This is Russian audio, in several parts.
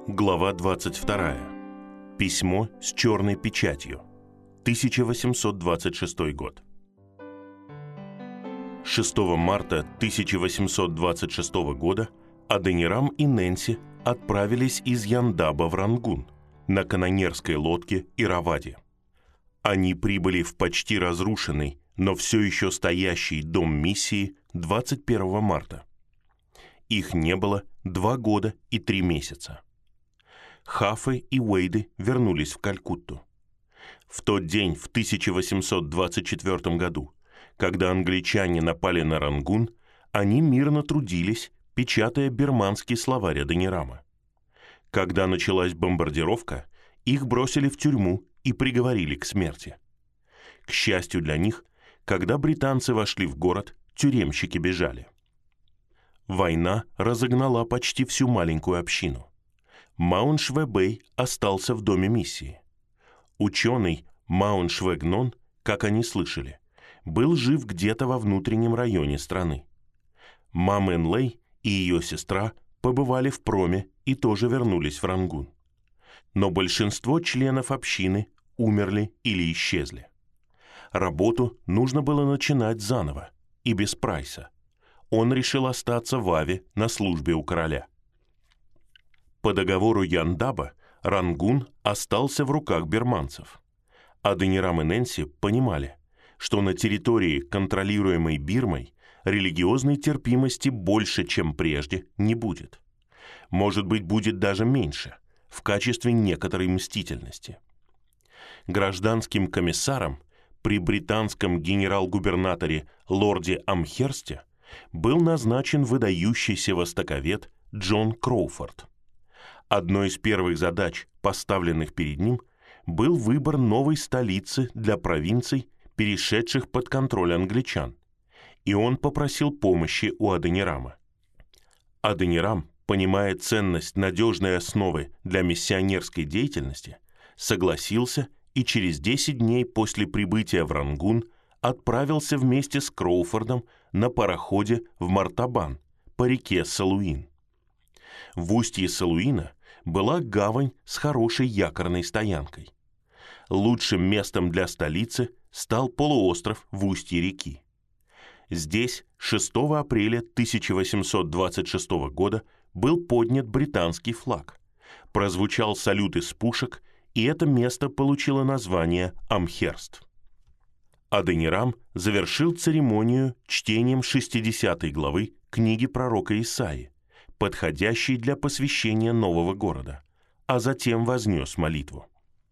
Глава 22. Письмо с черной печатью. 1826 год. 6 марта 1826 года Аденирам и Нэнси отправились из Яндаба в Рангун на канонерской лодке Иравади. Они прибыли в почти разрушенный, но все еще стоящий дом миссии 21 марта. Их не было 2 года и 3 месяца. Хаффы и Уэйды вернулись в Калькутту. В тот день, в 1824 году, когда англичане напали на Рангун, они мирно трудились, печатая бирманский словарь Аденирама. Когда началась бомбардировка, их бросили в тюрьму и приговорили к смерти. К счастью для них, когда британцы вошли в город, тюремщики бежали. Война разогнала почти всю маленькую общину. Мауншве-Бэй остался в доме миссии. Ученый Мауншве-Гнон, как они слышали, был жив где-то во внутреннем районе страны. Ма Мэн-Лэй и ее сестра побывали в Проме и тоже вернулись в Рангун. Но большинство членов общины умерли или исчезли. Работу нужно было начинать заново и без Прайса. Он решил остаться в Аве на службе у короля. По договору Яндаба Рангун остался в руках бирманцев. Аденирам и Нэнси понимали, что на территории, контролируемой Бирмой, религиозной терпимости больше, чем прежде, не будет. Может быть, будет даже меньше, в качестве некоторой мстительности. Гражданским комиссаром при британском генерал-губернаторе лорде Амхерсте был назначен выдающийся востоковед Джон Кроуфорд. Одной из первых задач, поставленных перед ним, был выбор новой столицы для провинций, перешедших под контроль англичан, и он попросил помощи у Аденирама. Аденирам, понимая ценность надежной основы для миссионерской деятельности, согласился и через 10 дней после прибытия в Рангун отправился вместе с Кроуфордом на пароходе в Мартабан по реке Салуин. В устье Салуина была гавань с хорошей якорной стоянкой. Лучшим местом для столицы стал полуостров в устье реки. Здесь 6 апреля 1826 года был поднят британский флаг, прозвучал салют из пушек, и это место получило название Амхерст. Аденирам завершил церемонию чтением 60 главы книги пророка Исаии, подходящей для посвящения нового города, а затем вознес молитву.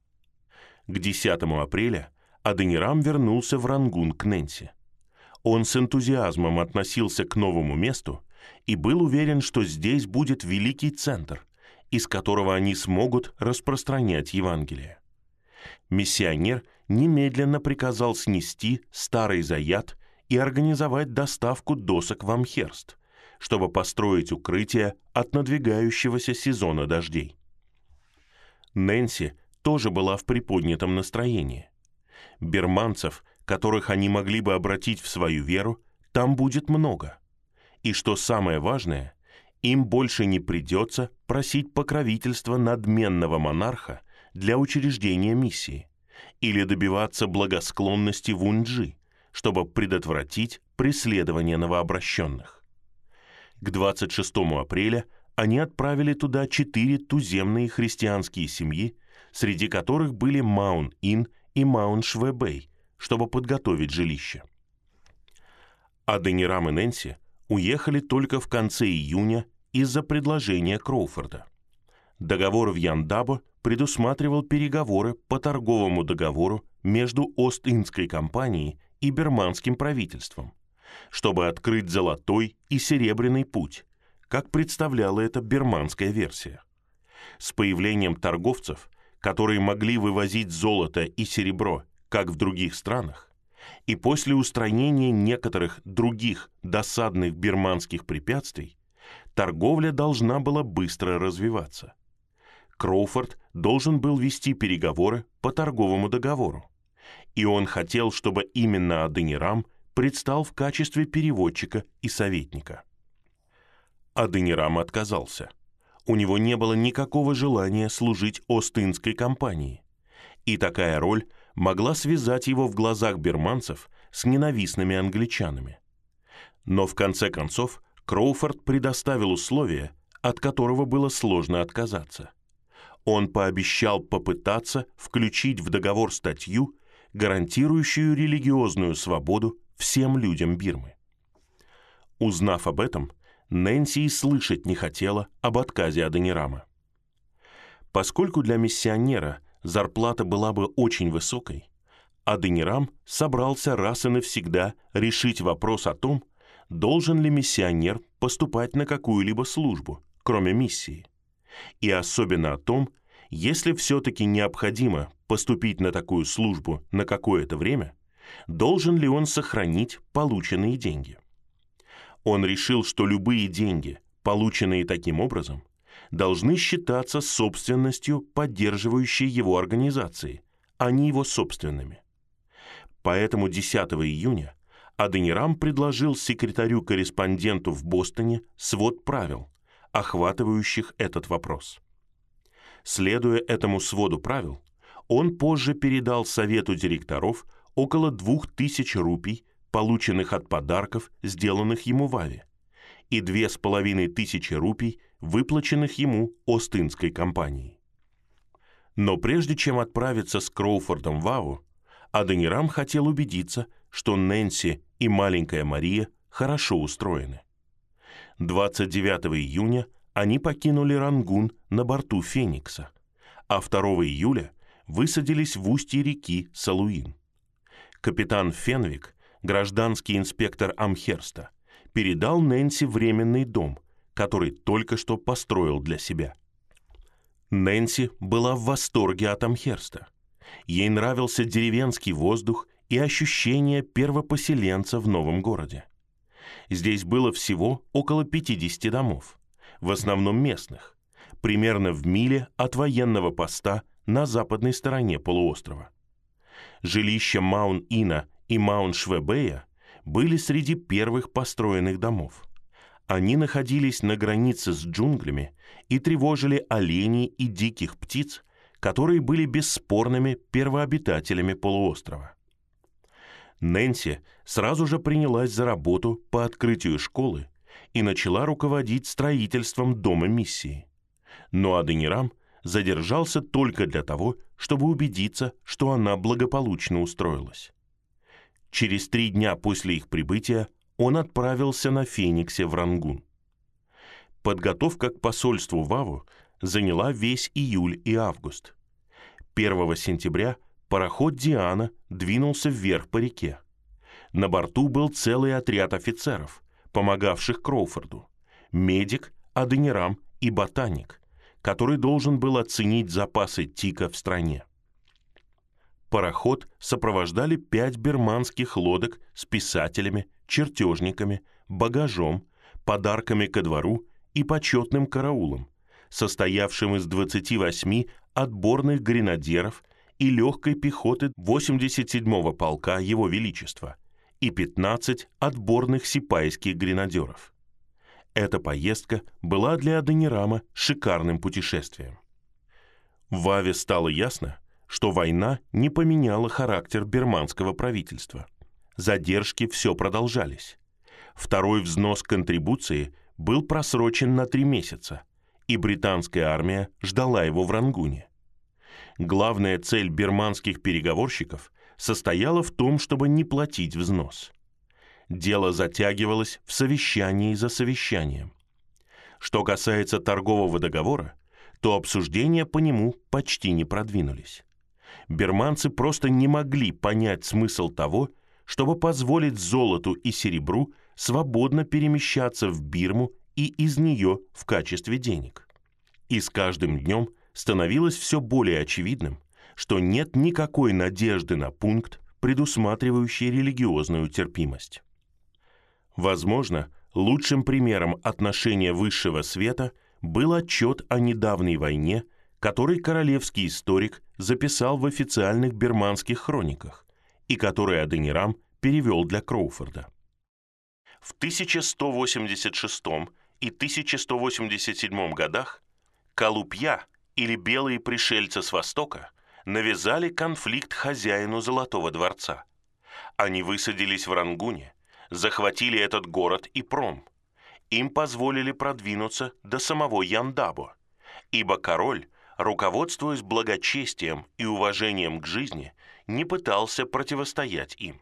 К 10 апреля Аденирам вернулся в Рангун к Нэнси. Он с энтузиазмом относился к новому месту и был уверен, что здесь будет великий центр, из которого они смогут распространять Евангелие. Миссионер немедленно приказал снести старый заят и организовать доставку досок в Амхерст, чтобы построить укрытие от надвигающегося сезона дождей. Нэнси тоже была в приподнятом настроении. Бирманцев, которых они могли бы обратить в свою веру, там будет много. И что самое важное, им больше не придется просить покровительства надменного монарха для учреждения миссии или добиваться благосклонности Вунджи, чтобы предотвратить преследование новообращенных. К 26 апреля они отправили туда 4 туземные христианские семьи, среди которых были Маун-Ин и Мауншве-Бэй, чтобы подготовить жилище. Аденирам и Нэнси уехали только в конце июня из-за предложения Кроуфорда. Договор в Яндабо предусматривал переговоры по торговому договору между Ост-Индской компанией и бирманским правительством, чтобы открыть золотой и серебряный путь, как представляла эта бирманская версия. С появлением торговцев, которые могли вывозить золото и серебро, как в других странах, и после устранения некоторых других досадных бирманских препятствий, торговля должна была быстро развиваться. Кроуфорд должен был вести переговоры по торговому договору, и он хотел, чтобы именно Аденирам предстал в качестве переводчика и советника. Аденирам отказался. У него не было никакого желания служить Остинской компании, и такая роль могла связать его в глазах бирманцев с ненавистными англичанами. Но в конце концов Кроуфорд предоставил условие, от которого было сложно отказаться. Он пообещал попытаться включить в договор статью, гарантирующую религиозную свободу всем людям Бирмы. Узнав об этом, Нэнси и слышать не хотела об отказе Адонирама. Поскольку для миссионера зарплата была бы очень высокой, Адонирам собрался раз и навсегда решить вопрос о том, должен ли миссионер поступать на какую-либо службу, кроме миссии, и особенно о том, если все-таки необходимо поступить на такую службу на какое-то время, должен ли он сохранить полученные деньги. Он решил, что любые деньги, полученные таким образом, должны считаться собственностью поддерживающей его организации, а не его собственными. Поэтому 10 июня Адонирам предложил секретарю-корреспонденту в Бостоне свод правил, охватывающих этот вопрос. Следуя этому своду правил, он позже передал совету директоров около 2000 рупий, полученных от подарков, сделанных ему в Аве, и 2500 рупий, выплаченных ему Остинской компанией. Но прежде чем отправиться с Кроуфордом в Аву, Адонирам хотел убедиться, что Нэнси и маленькая Мария хорошо устроены. 29 июня они покинули Рангун на борту «Феникса», а 2 июля высадились в устье реки Салуин. Капитан Фенвик, гражданский инспектор Амхерста, передал Нэнси временный дом, который только что построил для себя. Нэнси была в восторге от Амхерста. Ей нравился деревенский воздух и ощущение первопоселенца в новом городе. Здесь было всего около 50 домов, в основном местных, примерно в миле от военного поста на западной стороне полуострова. Жилища Маун-Ина и Маун-Швебея были среди первых построенных домов. Они находились на границе с джунглями и тревожили оленей и диких птиц, которые были бесспорными первообитателями полуострова. Нэнси сразу же принялась за работу по открытию школы и начала руководить строительством дома миссии. Но Адонирам задержался только для того, чтобы убедиться, что она благополучно устроилась. Через 3 дня после их прибытия он отправился на «Фениксе» в Рангун. Подготовка к посольству в Аву заняла весь июль и август. 1 сентября пароход «Диана» двинулся вверх по реке. На борту был целый отряд офицеров, помогавших Кроуфорду, медик, Адонирам и ботаник, который должен был оценить запасы тика в стране. Пароход сопровождали 5 бирманских лодок с писателями, чертежниками, багажом, подарками ко двору и почетным караулом, состоявшим из 28 отборных гренадеров и легкой пехоты 87-го полка Его Величества и 15 отборных сипайских гренадеров. Эта поездка была для Адонирама шикарным путешествием. В Аве стало ясно, что война не поменяла характер бирманского правительства. Задержки все продолжались. Второй взнос контрибуции был просрочен на 3 месяца, и британская армия ждала его в Рангуне. Главная цель бирманских переговорщиков состояла в том, чтобы не платить взнос. Дело затягивалось в совещании за совещанием. Что касается торгового договора, то обсуждения по нему почти не продвинулись. Бирманцы просто не могли понять смысл того, чтобы позволить золоту и серебру свободно перемещаться в Бирму и из нее в качестве денег. И с каждым днем становилось все более очевидным, что нет никакой надежды на пункт, предусматривающий религиозную терпимость. Возможно, лучшим примером отношения высшего света был отчет о недавней войне, который королевский историк записал в официальных бирманских хрониках и который Адонирам перевел для Кроуфорда. В 1186 и 1187 годах Калупья, или белые пришельцы с Востока, навязали конфликт хозяину Золотого дворца. Они высадились в Рангуне, захватили этот город и пром. Им позволили продвинуться до самого Яндабо, ибо король, руководствуясь благочестием и уважением к жизни, не пытался противостоять им.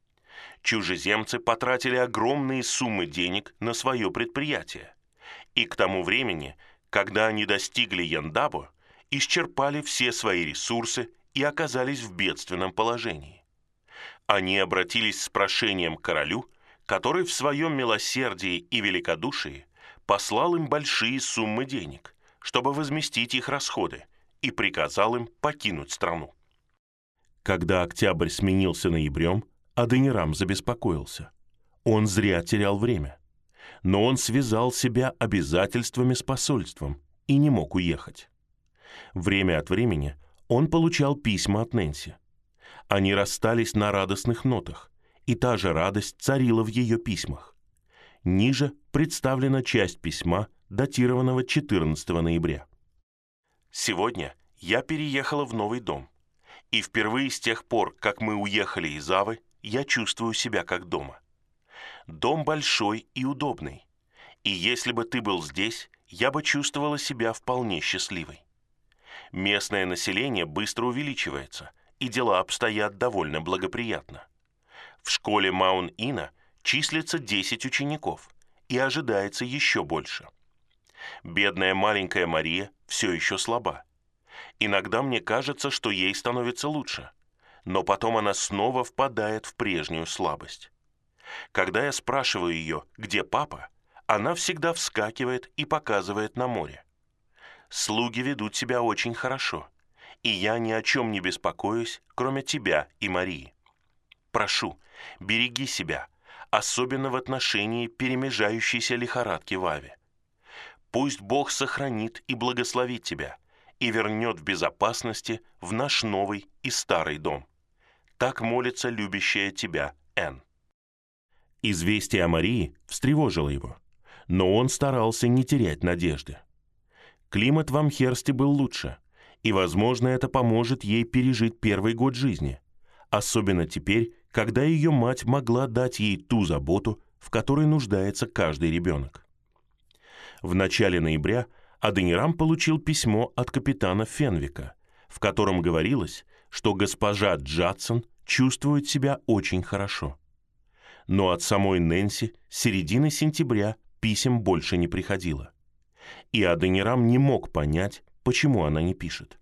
Чужеземцы потратили огромные суммы денег на свое предприятие, и к тому времени, когда они достигли Яндабо, исчерпали все свои ресурсы и оказались в бедственном положении. Они обратились с прошением к королю, который в своем милосердии и великодушии послал им большие суммы денег, чтобы возместить их расходы, и приказал им покинуть страну. Когда октябрь сменился ноябрем, Аденирам забеспокоился. Он зря терял время. Но он связал себя обязательствами с посольством и не мог уехать. Время от времени он получал письма от Нэнси. Они расстались на радостных нотах, и та же радость царила в ее письмах. Ниже представлена часть письма, датированного 14 ноября. «Сегодня я переехала в новый дом, и впервые с тех пор, как мы уехали из Авы, я чувствую себя как дома. Дом большой и удобный, и если бы ты был здесь, я бы чувствовала себя вполне счастливой. Местное население быстро увеличивается, и дела обстоят довольно благоприятно. В школе Маун-Ина числится 10 учеников, и ожидается еще больше. Бедная маленькая Мария все еще слаба. Иногда мне кажется, что ей становится лучше, но потом она снова впадает в прежнюю слабость. Когда я спрашиваю ее, где папа, она всегда вскакивает и показывает на море. Слуги ведут себя очень хорошо, и я ни о чем не беспокоюсь, кроме тебя и Марии. Прошу, береги себя, особенно в отношении перемежающейся лихорадки в Аве. Пусть Бог сохранит и благословит тебя и вернет в безопасности в наш новый и старый дом. Так молится любящая тебя Энн». Известие о Марии встревожило его, но он старался не терять надежды. Климат в Амхерсте был лучше, и, возможно, это поможет ей пережить первый год жизни, особенно теперь, когда ее мать могла дать ей ту заботу, в которой нуждается каждый ребенок. В начале ноября Аденирам получил письмо от капитана Фенвика, в котором говорилось, что госпожа Джадсон чувствует себя очень хорошо. Но от самой Нэнси с середины сентября писем больше не приходило. И Аденирам не мог понять, почему она не пишет.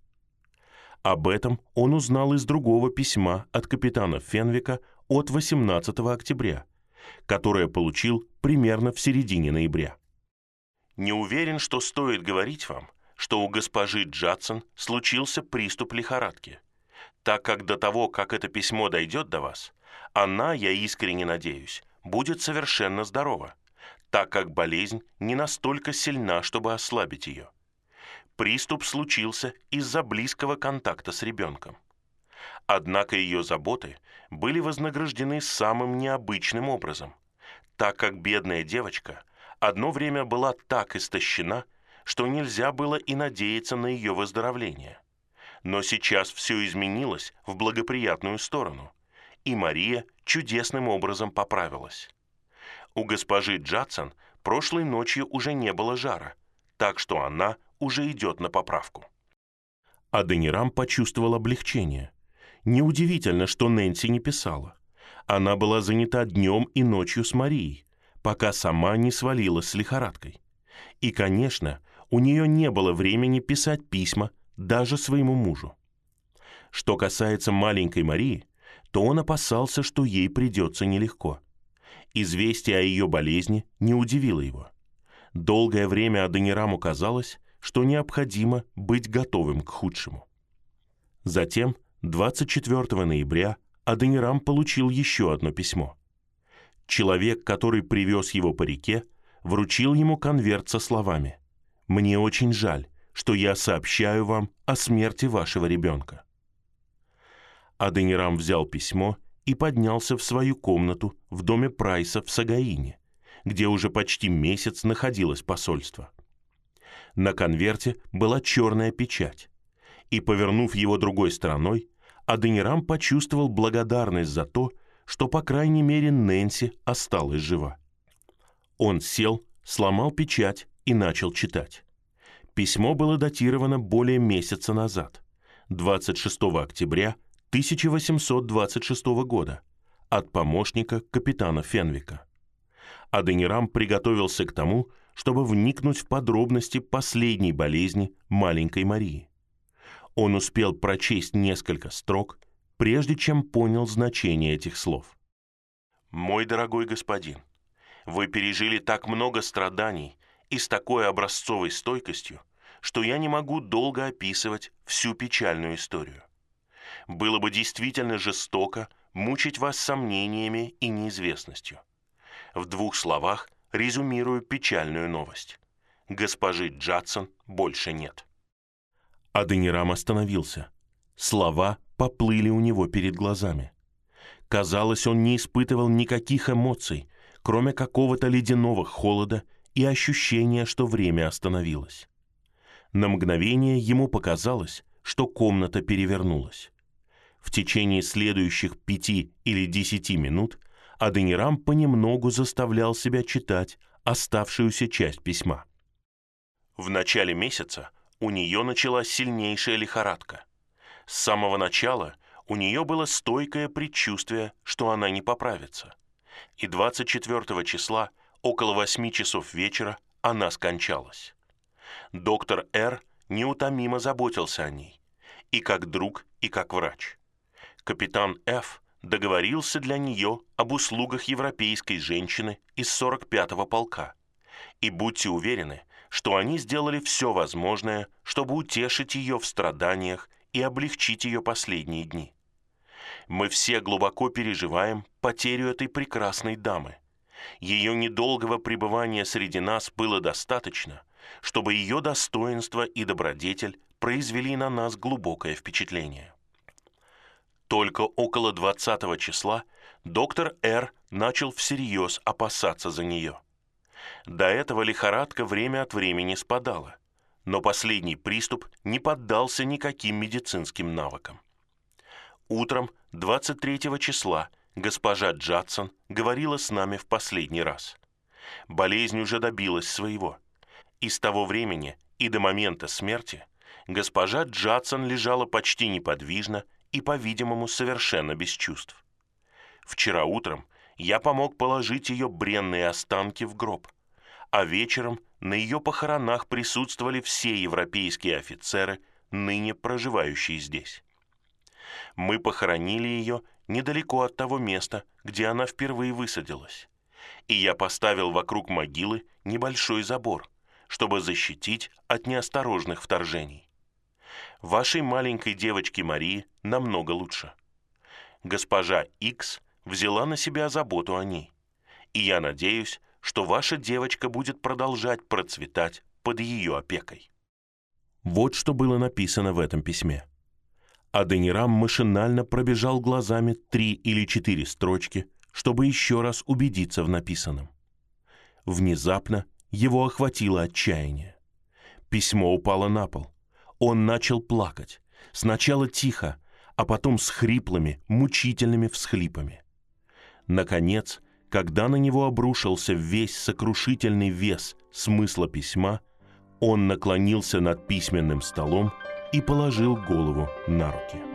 Об этом он узнал из другого письма от капитана Фенвика от 18 октября, которое получил примерно в середине ноября. «Не уверен, что стоит говорить вам, что у госпожи Джадсон случился приступ лихорадки, так как до того, как это письмо дойдет до вас, она, я искренне надеюсь, будет совершенно здорова, так как болезнь не настолько сильна, чтобы ослабить ее. Приступ случился из-за близкого контакта с ребенком. Однако ее заботы были вознаграждены самым необычным образом, так как бедная девочка одно время была так истощена, что нельзя было и надеяться на ее выздоровление. Но сейчас все изменилось в благоприятную сторону, и Мария чудесным образом поправилась. У госпожи Джадсон прошлой ночью уже не было жара, так что она уже идет на поправку». Аденирам почувствовал облегчение. Неудивительно, что Нэнси не писала. Она была занята днем и ночью с Марией, пока сама не свалилась с лихорадкой. И, конечно, у нее не было времени писать письма даже своему мужу. Что касается маленькой Марии, то он опасался, что ей придется нелегко. Известие о ее болезни не удивило его. Долгое время Аденираму казалось, что необходимо быть готовым к худшему. Затем, 24 ноября, Аденирам получил еще одно письмо. Человек, который привез его по реке, вручил ему конверт со словами: «Мне очень жаль, что я сообщаю вам о смерти вашего ребенка». Аденирам взял письмо и поднялся в свою комнату в доме Прайса в Сагаине, где уже почти месяц находилось посольство. На конверте была черная печать, и, повернув его другой стороной, Аденирам почувствовал благодарность за то, что, по крайней мере, Нэнси осталась жива. Он сел, сломал печать и начал читать. Письмо было датировано более месяца назад, 26 октября 1826 года, от помощника капитана Фенвика. Аденирам приготовился к тому, чтобы вникнуть в подробности последней болезни маленькой Марии. Он успел прочесть несколько строк, прежде чем понял значение этих слов. «Мой дорогой господин, вы пережили так много страданий и с такой образцовой стойкостью, что я не могу долго описывать всю печальную историю. Было бы действительно жестоко мучить вас сомнениями и неизвестностью. В 2 словах резюмирую печальную новость. Госпожи Джадсон больше нет». Аденирам остановился. Слова поплыли у него перед глазами. Казалось, он не испытывал никаких эмоций, кроме какого-то ледяного холода и ощущения, что время остановилось. На мгновение ему показалось, что комната перевернулась. В течение следующих 5 или 10 минут Аденирам понемногу заставлял себя читать оставшуюся часть письма. В начале месяца у нее началась сильнейшая лихорадка. С самого начала у нее было стойкое предчувствие, что она не поправится. И 24 числа, около 8 часов вечера, она скончалась. Доктор Р. неутомимо заботился о ней, и как друг, и как врач. Капитан Ф. договорился для нее об услугах европейской женщины из 45-го полка. И будьте уверены, что они сделали все возможное, чтобы утешить ее в страданиях и облегчить ее последние дни. Мы все глубоко переживаем потерю этой прекрасной дамы. Ее недолгого пребывания среди нас было достаточно, чтобы ее достоинство и добродетель произвели на нас глубокое впечатление. Только около 20 числа доктор Р. начал всерьез опасаться за нее. До этого лихорадка время от времени спадала, но последний приступ не поддался никаким медицинским навыкам. Утром 23 числа госпожа Джадсон говорила с нами в последний раз. Болезнь уже добилась своего, и с того времени и до момента смерти госпожа Джадсон лежала почти неподвижно и, по-видимому, совершенно без чувств. Вчера утром я помог положить ее бренные останки в гроб, а вечером на ее похоронах присутствовали все европейские офицеры, ныне проживающие здесь. Мы похоронили ее недалеко от того места, где она впервые высадилась, и я поставил вокруг могилы небольшой забор, чтобы защитить от неосторожных вторжений. Вашей маленькой девочке Марии намного лучше. Госпожа Икс взяла на себя заботу о ней, и я надеюсь, что ваша девочка будет продолжать процветать под ее опекой. Вот что было написано в этом письме. Аденирам машинально пробежал глазами 3 или 4 строчки, чтобы еще раз убедиться в написанном. Внезапно его охватило отчаяние. Письмо упало на пол. Он начал плакать, сначала тихо, а потом с хриплыми, мучительными всхлипами. Наконец, когда на него обрушился весь сокрушительный вес смысла письма, он наклонился над письменным столом и положил голову на руки.